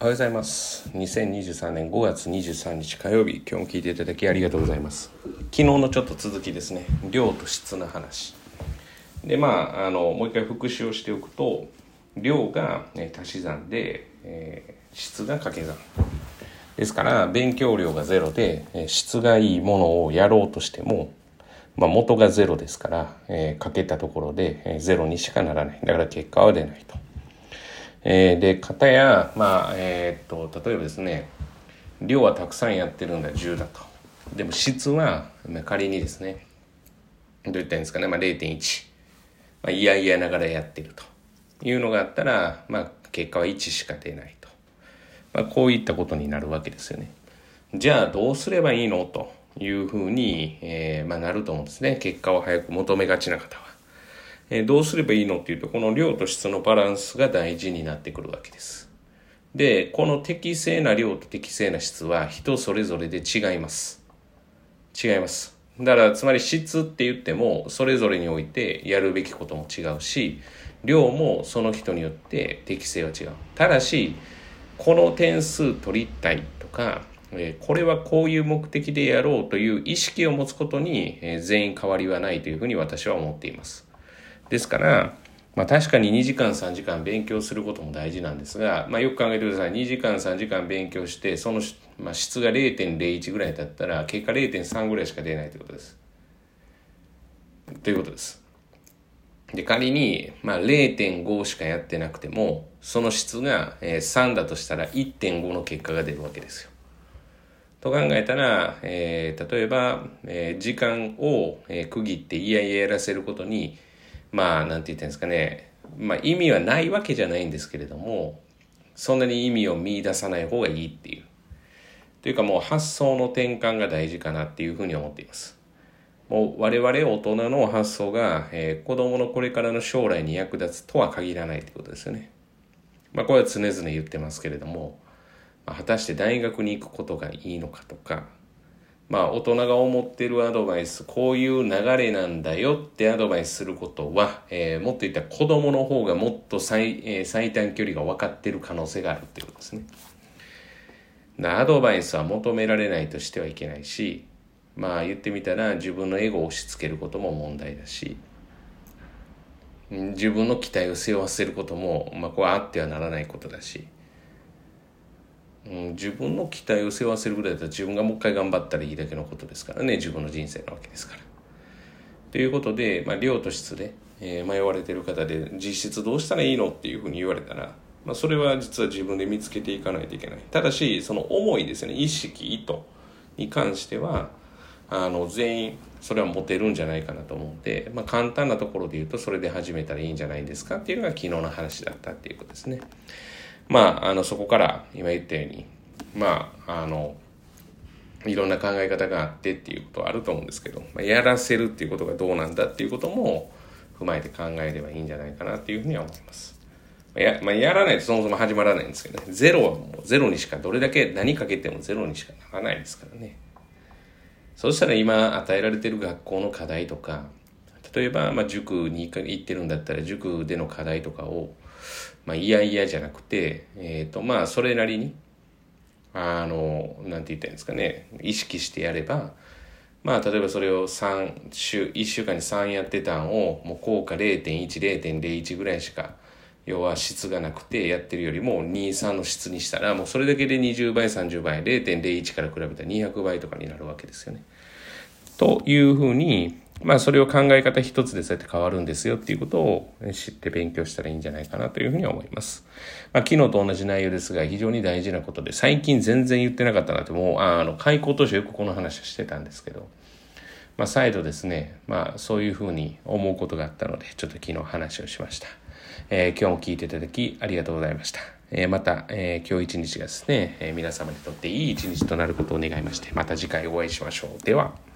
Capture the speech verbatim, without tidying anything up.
おはようございます。にせんにじゅうさんねんごがつにじゅうさんにち火曜日、今日も聞いていただきありがとうございます。昨日のちょっと続きですね、量と質の話で、まああのもう一回復習をしておくと、量が、ね、足し算で、えー、質が掛け算ですから、勉強量がゼロで、えー、質がいいものをやろうとしても、まあ、元がゼロですから、えー、かけたところで、えー、ゼロにしかならない。だから結果は出ないと。えー、で、片や、まあ、えー、っと、例えばですね、量はたくさんやってるんだ、じゅうだと。でも質は、まあ、仮にですね、どういったらいいんですかね、まあ、れいてんいち。まあ、いやいやながらやってるというのがあったら、まあ、結果はいちしか出ないと。まあ、こういったことになるわけですよね。じゃあ、どうすればいいのというふうに、えーまあ、なると思うんですね。結果を早く求めがちな方は。えー、どうすればいいのっていうと、この量と質のバランスが大事になってくるわけです。で、この適正な量と適正な質は人それぞれで違います。違います。だからつまり質って言ってもそれぞれにおいてやるべきことも違うし、量もその人によって適正は違う。ただし、この点数取りたいとか、えー、これはこういう目的でやろうという意識を持つことに、えー、全員変わりはないというふうに私は思っています。ですから、まあ、確かににじかんさんじかん勉強することも大事なんですが、まあ、よく考えてください。にじかんさんじかん勉強してその、まあ、質が れいてんれいいち ぐらいだったら結果 れいてんさん ぐらいしか出ないということです。ということです。で、仮に、まあ、れいてんご しかやってなくてもその質がさんだとしたら いってんご の結果が出るわけですよ。と考えたら、えー、例えば、えー、時間を、えー、区切っていやいややらせることに、まあ、なんて言ったんですかね。まあ、意味はないわけじゃないんですけれども、そんなに意味を見出さない方がいいっていう。というかもう発想の転換が大事かなっていうふうに思っています。もう我々大人の発想が、えー、子供のこれからの将来に役立つとは限らないってことですよね。まあ、これは常々言ってますけれども、まあ、果たして大学に行くことがいいのかとか、まあ大人が思ってるアドバイス、こういう流れなんだよってアドバイスすることは、えー、もっと言ったら子供の方がもっと最、えー、最短距離が分かってる可能性があるっていうことですね。アドバイスは求められないとしてはいけないし、まあ言ってみたら自分のエゴを押し付けることも問題だし、自分の期待を背負わせることも、まあこれはあってはならないことだし、うん、自分の期待を背負わせるぐらいだったら自分がもう一回頑張ったらいいだけのことですからね。自分の人生なわけですから。ということで、まあ、量と質で、えー、迷われている方で実質どうしたらいいのっていうふうに言われたら、まあ、それは実は自分で見つけていかないといけない。ただしその思いですね、意識、意図に関してはあの全員それは持てるんじゃないかなと思うので、まあ、簡単なところで言うとそれで始めたらいいんじゃないですかっていうのが昨日の話だったっていうことですね。まあ、あのそこから今言ったように、まああのいろんな考え方があってっていうことはあると思うんですけど、まあ、やらせるっていうことがどうなんだっていうことも踏まえて考えればいいんじゃないかなっていうふうには思います。や、まあ、やらないとそもそも始まらないんですけどね。ゼロはもうゼロにしか、どれだけ何かけてもゼロにしかならないですからね。そうしたら今与えられている学校の課題とか、例えばまあ塾に行ってるんだったら塾での課題とかをまあ、いやいやじゃなくて、えっと、まあ、それなりに、あの、なんて言ったらいいんですかね、意識してやれば、まあ、例えばそれをさん週、いっしゅうかんにさんやってたんを、もう効果 れいてんいち、れいてんれいいち ぐらいしか、要は質がなくてやってるよりもに、さんの質にしたら、もうそれだけでにじゅうばい、さんじゅうばい、れいてんれいいち から比べたらにひゃくばいとかになるわけですよね。というふうに、まあそれを考え方一つでそうやって変わるんですよっていうことを知って勉強したらいいんじゃないかなというふうに思います。まあ昨日と同じ内容ですが非常に大事なことで、最近全然言ってなかったなって、もうあの開校当初よくこの話をしてたんですけど、まあ再度ですね、まあそういうふうに思うことがあったのでちょっと昨日話をしました。えー、今日も聞いていただきありがとうございました。えー、また、えー、今日一日がですね、えー、皆様にとっていい一日となることを願いまして、また次回お会いしましょう。では。